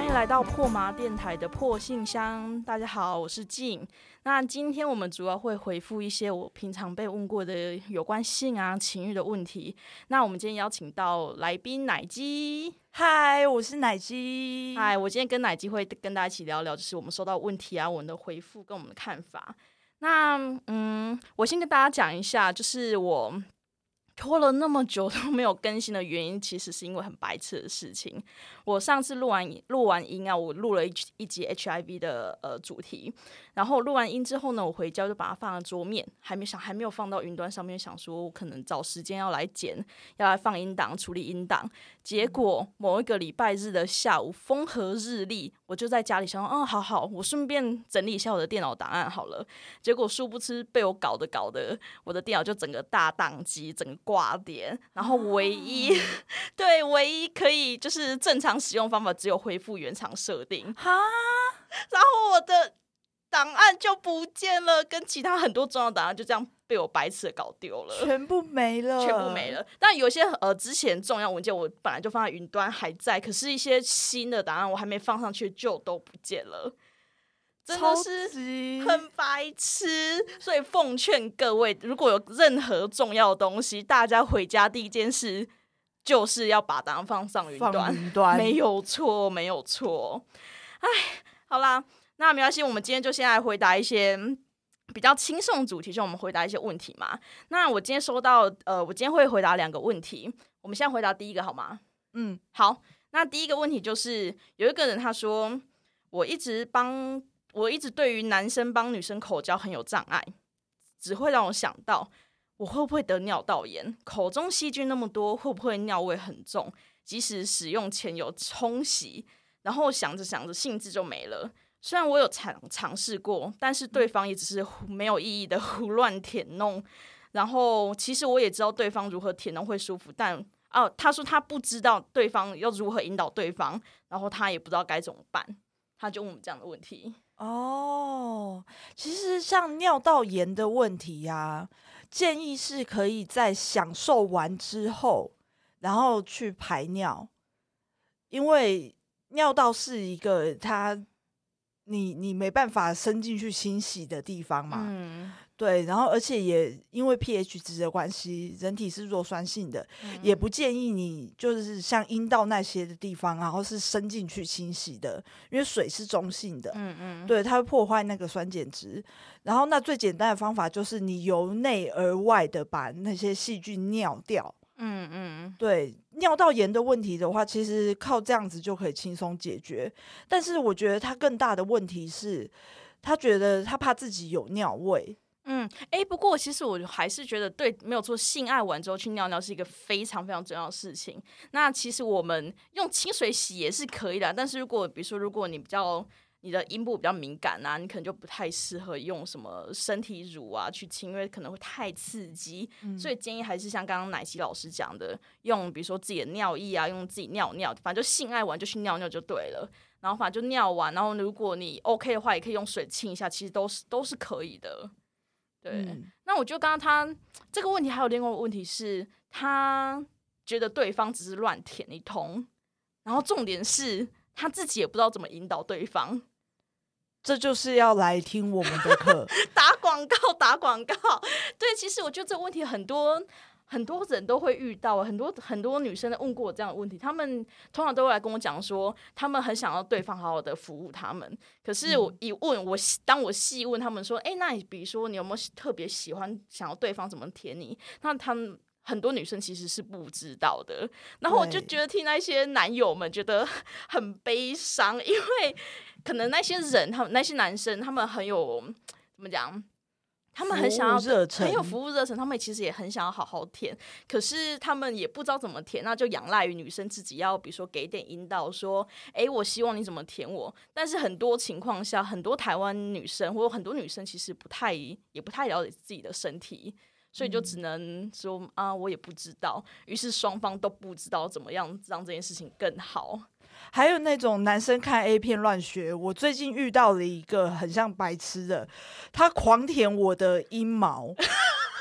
迎来到破麻电台的破信箱。大家好，我是静。那今天我们主要会回复一些我平常被问过的有关性啊、情欲的问题。那我们今天邀请到来宾奶鸡。 嗨，我是奶鸡。 嗨，我今天跟奶鸡会跟大家一起聊聊，就是我们收到的问题啊、我们的回复跟我们的看法。那我先跟大家讲一下，就是我拖了那么久都没有更新的原因，其实是因为很白痴的事情。我上次录完音啊，我录了一集 HIV 的主题，然后录完音之后呢，我回家就把它放在桌面，还没有放到云端上面，想说我可能找时间要来剪，要来放音档，处理音档。结果某一个礼拜日的下午，风和日丽，我就在家里想说，好，我顺便整理一下我的电脑档案好了。结果殊不知被我搞的，我的电脑就整个大宕机，整个挂点，然后唯一可以就是正常使用方法只有恢复原厂设定哈，然后我的档案就不见了，跟其他很多重要档案就这样被我白痴的搞丢了， 全部没了。 但有些之前重要文件我本来就放在云端还在，可是一些新的档案我还没放上去就都不见了，真的是很白痴。所以奉劝各位，如果有任何重要的东西，大家回家第一件事就是要把档案放上云端，没有错。哎，好啦，那没关系，我们今天就先来回答一些比较轻松的主题，就我们回答一些问题嘛。那我今天收到我今天会回答2个问题，我们现在回答第一个好吗？好。那第一个问题就是有一个人他说，我一直对于男生帮女生口交很有障碍，只会让我想到我会不会得尿道炎，口中细菌那么多，会不会尿味很重，即使使用前有冲洗，然后想着兴致就没了。虽然我有尝试过，但是对方也只是没有意义的胡乱舔弄，然后其实我也知道对方如何舔弄会舒服，但他说他不知道对方要如何引导对方，然后他也不知道该怎么办，他就问我们这样的问题。 其实像尿道炎的问题啊，建议是可以在享受完之后，然后去排尿，因为尿道是一个你没办法伸进去清洗的地方嘛。对，然后而且也因为 pH 值的关系，人体是弱酸性的，也不建议你就是像阴道那些的地方，然后是伸进去清洗的，因为水是中性的，对，它会破坏那个酸碱值。然后那最简单的方法就是你由内而外的把那些细菌尿掉。对，尿道炎的问题的话，其实靠这样子就可以轻松解决。但是我觉得他更大的问题是，他觉得他怕自己有尿味。 不过其实我还是觉得对，没有错，性爱完之后去尿尿是一个非常非常重要的事情。那其实我们用清水洗也是可以的，但是比如说如果你的阴部比较敏感啊，你可能就不太适合用什么身体乳啊去清，因为可能会太刺激。所以建议还是像刚刚奶昔老师讲的，用比如说自己的尿液啊，用自己尿，反正就性爱完就去尿尿就对了。然后反正就尿完，然后如果你 OK 的话，也可以用水清一下，其实都是可以的。对，那我觉得刚刚他这个问题还有另外一个问题是，他觉得对方只是乱舔一通，然后重点是他自己也不知道怎么引导对方。 这就是要来听我们的课打广告。对，其实我觉得这个问题很多人都会遇到，很多女生问过我这样的问题，他们通常都会来跟我讲说，他们很想要对方好好的服务他们。可是当我细问他们说，那你比如说你有没有特别喜欢想要对方怎么舔你？那他们很多女生其实是不知道的。然后我就觉得替那些男友们觉得很悲伤，因为可能那些人，那些男生，他们很有怎么讲？他们很想要很有服务热忱，他们其实也很想要好好舔，可是他们也不知道怎么舔，那就仰赖于女生自己要，比如说给点引导，说，我希望你怎么舔我。但是很多情况下，很多台湾女生或者很多女生其实也不太了解自己的身体，所以就只能说我也不知道，于是双方都不知道怎么样让这件事情更好。 还有那种男生看 A 片乱学，我最近遇到了一个很像白痴的，他狂舔我的阴毛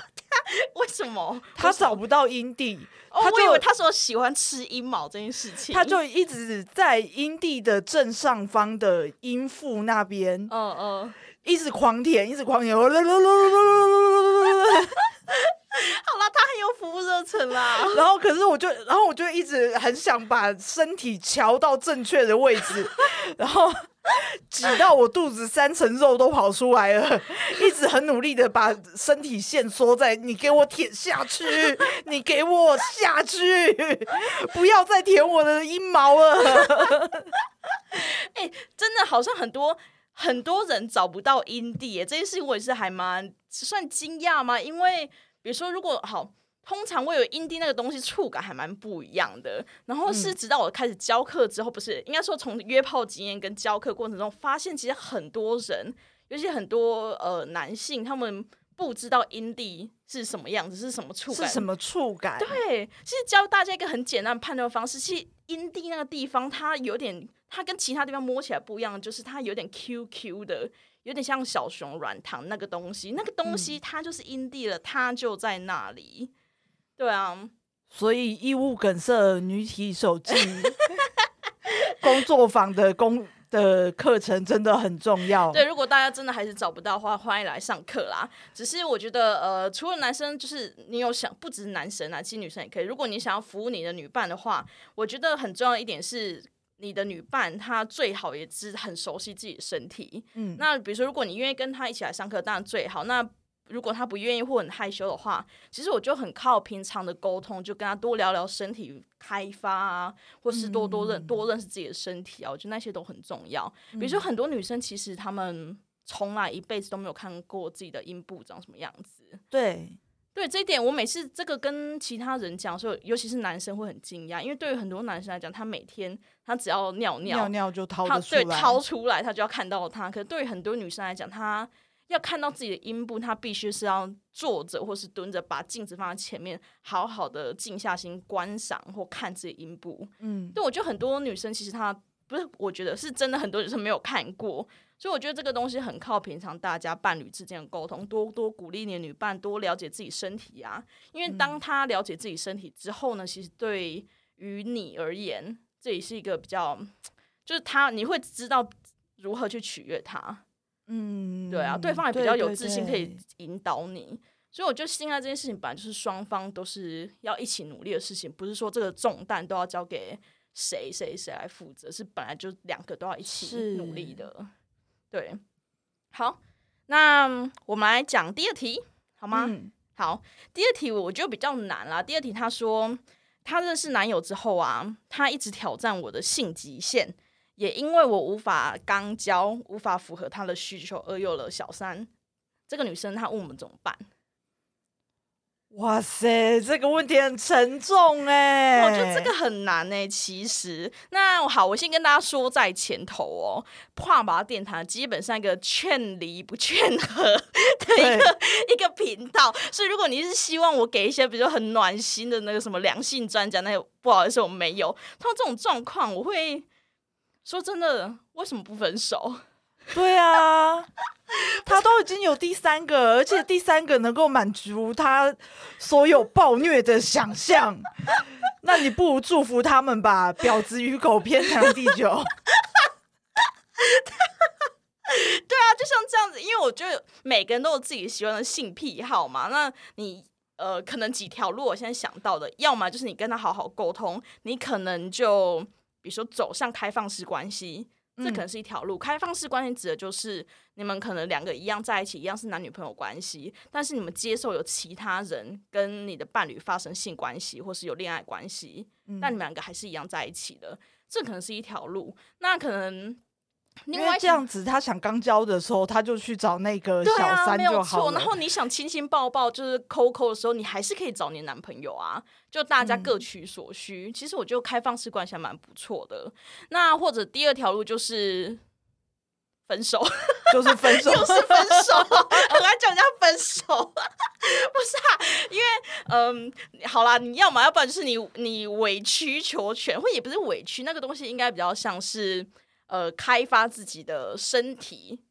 为什么？ 他找不到阴蒂。 我以为他说喜欢吃阴毛这件事情， 他就一直在阴蒂的正上方的阴腹那边，一直狂舔，一直狂舔。好啦， 他很有服务热忱啦。 然后我就一直很想把身体瞧到正确的位置，然后挤到我肚子3层肉都跑出来了，一直很努力的把身体限缩在你给我舔下去，你给我下去，不要再舔我的阴毛了。 真的好像很多人找不到阴蒂耶，这件事情我也是还蛮算惊讶吗？因为比如说如果通常我有阴蒂那个东西触感还蛮不一样的，然后是直到我开始教课之后，不是应该说从约炮经验跟教课过程中发现，其实很多人，尤其很多男性，他们不知道阴蒂是什么样子，是什么触感， 是什么触感？ 对，其实教大家一个很简单的判断方式，其实阴蒂那个地方它跟其他地方摸起来不一样，就是它有点 QQ 的，有点像小熊软糖那个东西，它就是阴蒂了，它就在那里。对啊， 所以异物梗塞女体手记工作坊的课程真的很重要。 对，如果大家真的还是找不到的话，欢迎来上课啦。只是我觉得除了男生，就是你有想，不只是男生啊，其实女生也可以。如果你想要服务你的女伴的话，我觉得很重要一点是，你的女伴她最好也是很熟悉自己的身体。那比如说如果你愿意跟她一起来上课，当然最好。那如果他不愿意或很害羞的话，其实我就很靠平常的沟通，就跟他多聊聊身体开发啊，或是多认识自己的身体啊，我觉得那些都很重要。比如说很多女生其实她们从来一辈子都没有看过自己的阴部长什么样子。 对， 这一点我每次这个跟其他人讲的时候，尤其是男生会很惊讶，因为对于很多男生来讲，他每天他只要尿就掏得出来， 掏出来他就要看到他。可是对于很多女生来讲，他要看到自己的阴部，他必须是要坐着或是蹲着，把镜子放在前面，好好的静下心观赏或看自己的阴部。对，我觉得很多女生其实她不是，我觉得是真的很多女生没有看过，所以我觉得这个东西很靠平常大家伴侣之间的沟通，多多鼓励你的女伴多了解自己身体啊，因为当她了解自己身体之后呢，其实对于你而言，这也是一个比较，就是你会知道如何去取悦她。对啊，对方也比较有自信，可以引导你。所以我觉得性爱这件事情本来就是双方都是要一起努力的事情，不是说这个重担都要交给谁来负责，是本来就2个都要一起努力的。对，好，那我们来讲第2题好吗？好，第2题我觉得比较难啦。第2题他说他认识男友之后啊，他一直挑战我的性极限，也因为我无法肛交，无法符合他的需求，而有了小三。这个女生她问我们怎么办？ 哇塞，这个问题很沉重哎！ 我觉得这个很难哎，其实。那好，我先跟大家说在前头哦，跨把电台基本上一个劝离不劝和的一个频道，所以如果你是希望我给一些比如说很暖心的那个什么两性专家，那不好意思我没有。通常这种状况，我会说真的，为什么不分手？ 对啊，他都已经有第3个，而且第3个能够满足他所有暴虐的想象，那你不如祝福他们吧，婊子与狗偏袒地球。 对啊，就像这样子，因为我觉得每个人都有自己喜欢的性癖好嘛，那你可能几条路我现在想到的，要么就是你跟他好好沟通，你可能就比如说走向开放式关系，这可能是一条路。开放式关系指的就是你们可能2个一样在一起，一样是男女朋友关系，但是你们接受有其他人跟你的伴侣发生性关系或是有恋爱关系，但你们2个还是一样在一起的，这可能是一条路。那可能因为这样子他想刚交的时候他就去找那个小三就好了， 然后你想亲亲抱抱就是抠抠的时候，你还是可以找你的男朋友啊，就大家各取所需。其实我觉得开放式关系还蛮不错的。那或者第2条路就是分手， 就是分手， 又是分手，很爱叫人家分手。不是啊，因为好啦，你要嘛，要不然就是你委曲求全，或也不是委屈，那个东西应该比较像是开发自己的身体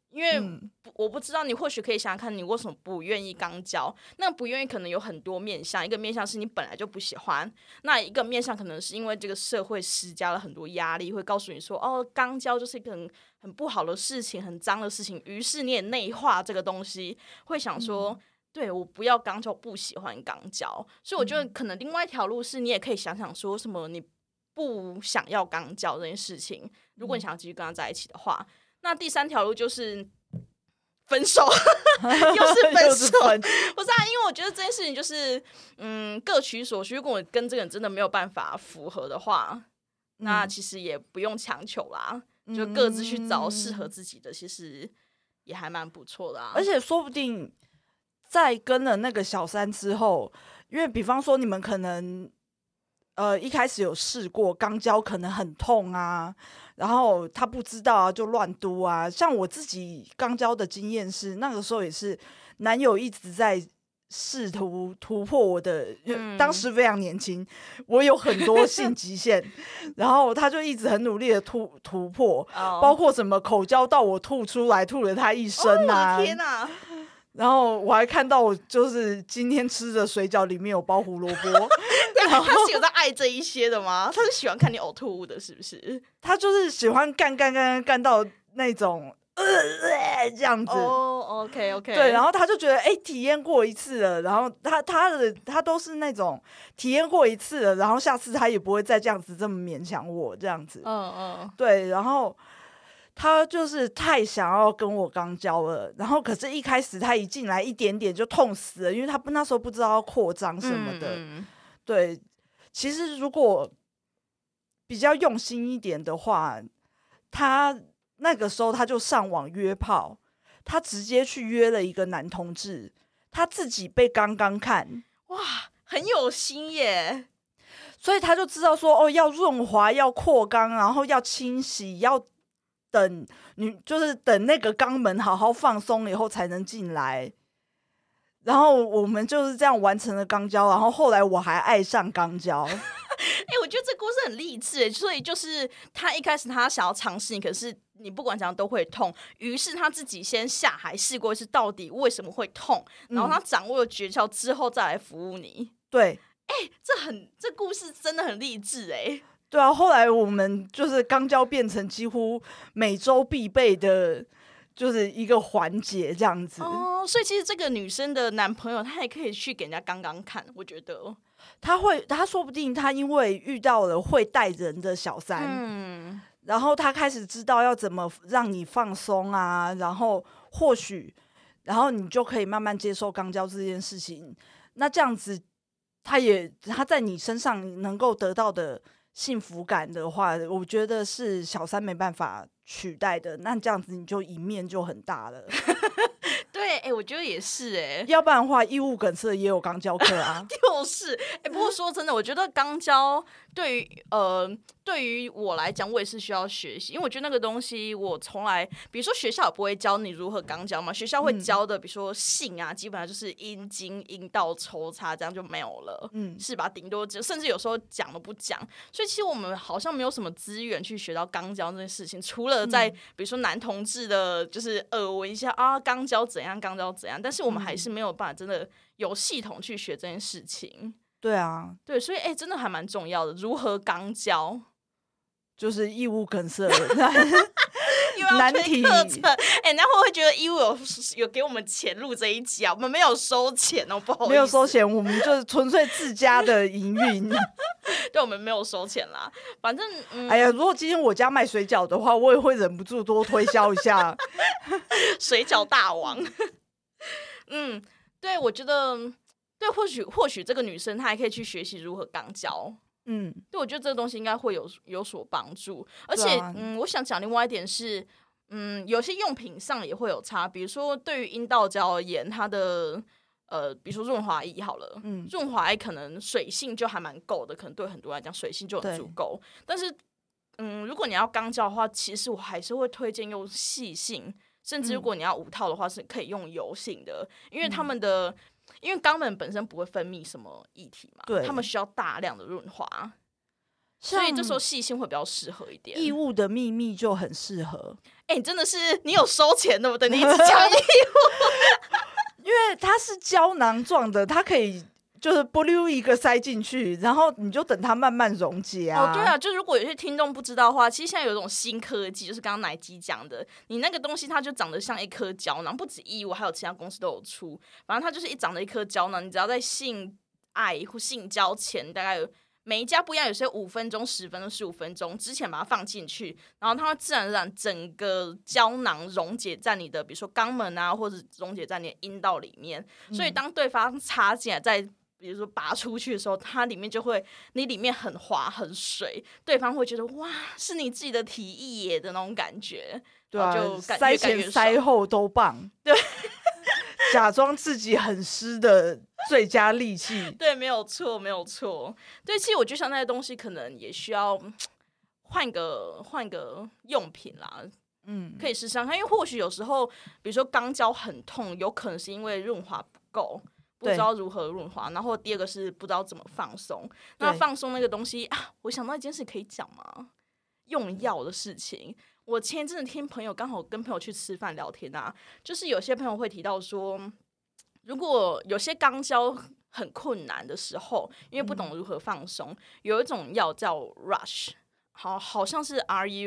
因为我不知道，你或许可以想想看，你为什么不愿意肛交？那不愿意可能有很多面向，一个面向是你本来就不喜欢，那一个面向可能是因为这个社会施加了很多压力，会告诉你说，哦，肛交就是一个很不好的事情，很脏的事情，于是你也内化这个东西，会想说，对，我不要肛交，不喜欢肛交。所以我觉得可能另外一条路是，你也可以想想说什么你不想要肛交这件事情，如果你想要继续跟他在一起的话。那第3条路就是分手，又是分手，不是啊？因为我觉得这件事情就是各取所需。如果我跟这个人真的没有办法符合的话，那其实也不用强求啦，就各自去找适合自己的，其实也还蛮不错的啊。 而且说不定在跟了那个小三之后，因为比方说你们可能一开始有试过肛交，可能很痛啊，然后他不知道啊，就乱嘟啊。像我自己肛交的经验是，那个时候也是男友一直在试图突破我的，当时非常年轻，我有很多性极限，然后他就一直很努力的突破，包括什么口交到我吐出来，吐了他一身啊！ 我的天哪！ 然后我还看到我就是今天吃的水饺里面有包胡萝卜。 他是有在爱这一些的吗？他是喜欢看你呕吐物的，是不是？ 他就是喜欢干到那种这样子。 OK， 对，然后他就觉得体验过一次了，然后他都是那种体验过一次了，然后下次他也不会再这样子这么勉强我这样子。对，然后他就是太想要跟我肛交了，然后可是一开始他一进来一点点就痛死了，因为他那时候不知道要扩张什么的。对，其实如果比较用心一点的话，他那个时候他就上网约炮，他直接去约了一个男同志，他自己被刚看， 哇，很有心耶！ 所以他就知道说，要润滑，要扩肛，然后要清洗，要等就是等那个肛门好好放松以后才能进来。然后我们就是这样完成了肛交，然后后来我还爱上肛交。 我觉得这故事很励志，所以就是他一开始他想要尝试你，可是你不管怎样都会痛，于是他自己先下海试过一次到底为什么会痛，然后他掌握了诀窍之后再来服务你。 对， 这故事真的很励志哎。 对啊，后来我们就是肛交变成几乎每周必备的。就是一个环节这样子所以其实这个女生的男朋友他也可以去给人家刚看，我觉得他说不定他因为遇到了会带人的小三，然后他开始知道要怎么让你放松啊，然后或许然后你就可以慢慢接受肛交这件事情，那这样子他在你身上能够得到的幸福感的话，我觉得是小三没办法取代的，那这样子你就赢面就很大了。 对，我觉得也是要不然的话异物梗塞也有肛交课啊。 就是不过说真的，我觉得肛交对于我来讲，我也是需要学习，因为我觉得那个东西我从来，比如说学校也不会教你如何肛交嘛，学校会教的，比如说性啊，基本上就是阴茎、阴道抽插，这样就没有了，是吧？顶多甚至有时候讲都不讲，所以其实我们好像没有什么资源去学到肛交这件事情，除了在比如说男同志的，就是耳闻一下啊，肛交怎样，肛交怎样，但是我们还是没有办法真的有系统去学这件事情。 对啊， 对，所以真的还蛮重要的，如何肛交。 就是异物梗塞难题课程，人家会不会觉得义务有给我们钱录这一集啊？我们没有收钱哦，不好意思， 没有收钱，我们就是纯粹自家的营运。 对，我们没有收钱啦。反正， 哎呀，如果今天我家卖水饺的话，我也会忍不住多推销一下水饺大王。对，我觉得，对，或许这个女生她还可以去学习如何肛交。对，我觉得这个东西应该会有所帮助，而且我想讲另外一点是，有些用品上也会有差，比如说对于阴道交而言，它的比如说润滑液好了，润滑液可能水性就还蛮够的，可能对很多人来讲水性就很足够，但是如果你要肛交的话，其实我还是会推荐用细性，甚至如果你要无套的话，是可以用油性的，因为他们的。因为肛门本身不会分泌什么液体嘛，他们需要大量的润滑。 所以这时候细心会比较适合一点。 义务的秘密就很适合。 你真的是你有收钱对不对？你一直讲义务， 因为它是胶囊状的，它可以就是不溜一个塞进去，然后你就等它慢慢溶解啊。 对啊，就如果有些听众不知道的话，其实现在有一种新科技，就是刚刚奶鸡讲的，你那个东西它就长得像一颗胶囊，不止义务，还有其他公司都有出。反正它就是长得一颗胶囊，你只要在性爱或性交前，大概有每一家不一样，有些5分钟、10分钟、15分钟之前把它放进去，然后它会自然而然整个胶囊溶解在你的比如说肛门啊，或者溶解在你的阴道里面。所以当对方插进来在比如说拔出去的时候，它里面就会，你里面很滑很水，对方会觉得哇，是你自己的体液耶的那种感觉。 对啊， 就塞前塞后都棒。 对， 假装自己很湿的最佳利器。 对，没有错，没有错。对，其实我觉得像那些东西，可能也需要换个用品啦。可以试试看，因为或许有时候，比如说肛交很痛，有可能是因为润滑不够。不知道如何润滑，然后第二个是不知道怎么放松。那放松那个东西啊，我想到一件事可以讲吗？用药的事情。我前一阵子听朋友，刚好跟朋友去吃饭聊天啊，就是有些朋友会提到说，如果有些肛交很困难的时候，因为不懂如何放松，有一种药叫 Rush。好像是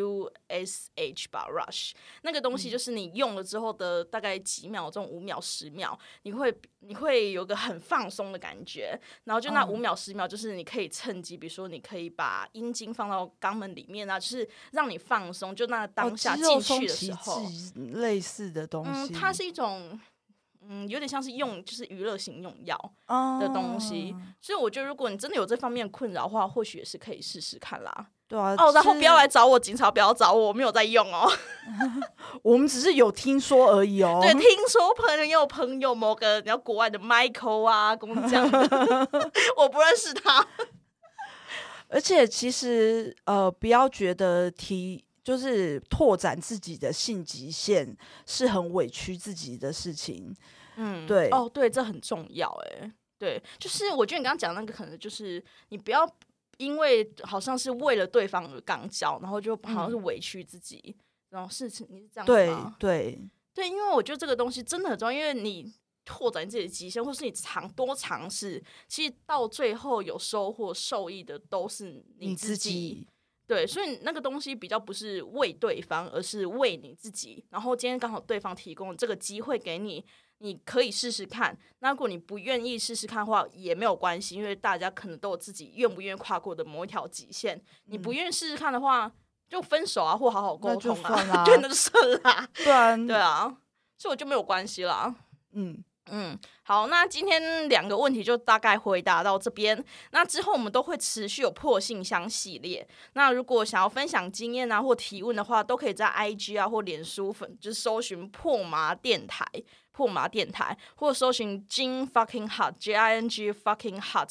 RUSH 吧 ，Rush 那个东西就是你用了之后的大概几秒钟，5秒、10秒，你会有个很放松的感觉，然后就那5秒、10秒，就是你可以趁机，比如说你可以把阴茎放到肛门里面啊，就是让你放松，就那当下进去的时候， 类似的东西， 它是一种。有点像是就是娱乐型用药的东西，所以我觉得如果你真的有这方面困扰的话，或许也是可以试试看啦。 对啊， 然后不要来找我，警察不要找我，我没有在用哦。 我们只是有听说而已哦。 对，听说朋友某个然后国外的 Michael 啊跟我讲的，我不认识他。 而且其实不要觉得就是拓展自己的性极限是很委屈自己的事情。对对，这很重要对，就是我觉得你刚刚讲的那个可能就是你不要因为好像是为了对方而肛交，然后就好像是委屈自己，然后你是这样子吗？ 对， 因为我觉得这个东西真的很重要，因为你拓展自己的极限，或是你多尝试，其实到最后有收获受益的都是你自己。对，所以那个东西比较不是为对方，而是为你自己。然后今天刚好对方提供了这个机会给你，你可以试试看。那如果你不愿意试试看的话，也没有关系，因为大家可能都有自己愿不愿意跨过的某一条极限。你不愿意试试看的话，就分手啊，或好好沟通啊，对，那就算啦。对啊，所以我就没有关系啦。好，那今天2个问题就大概回答到这边。那之后我们都会持续有破信箱系列。那如果想要分享经验啊或提问的话，都可以在 IG 啊或脸书就是搜寻破麻电台，或者搜寻 Jing fucking hot JING fucking hot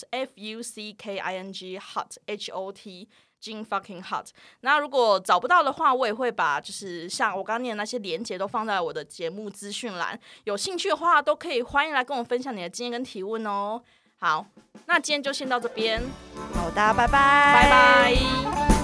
FUCKING hot HOT Jing fucking hot。 那如果找不到的话，我也会把就是像我刚刚念的那些连结都放在我的节目资讯栏，有兴趣的话都可以欢迎来跟我分享你的经验跟提问哦。好，那今天就先到这边， 好，大家拜拜， 拜拜。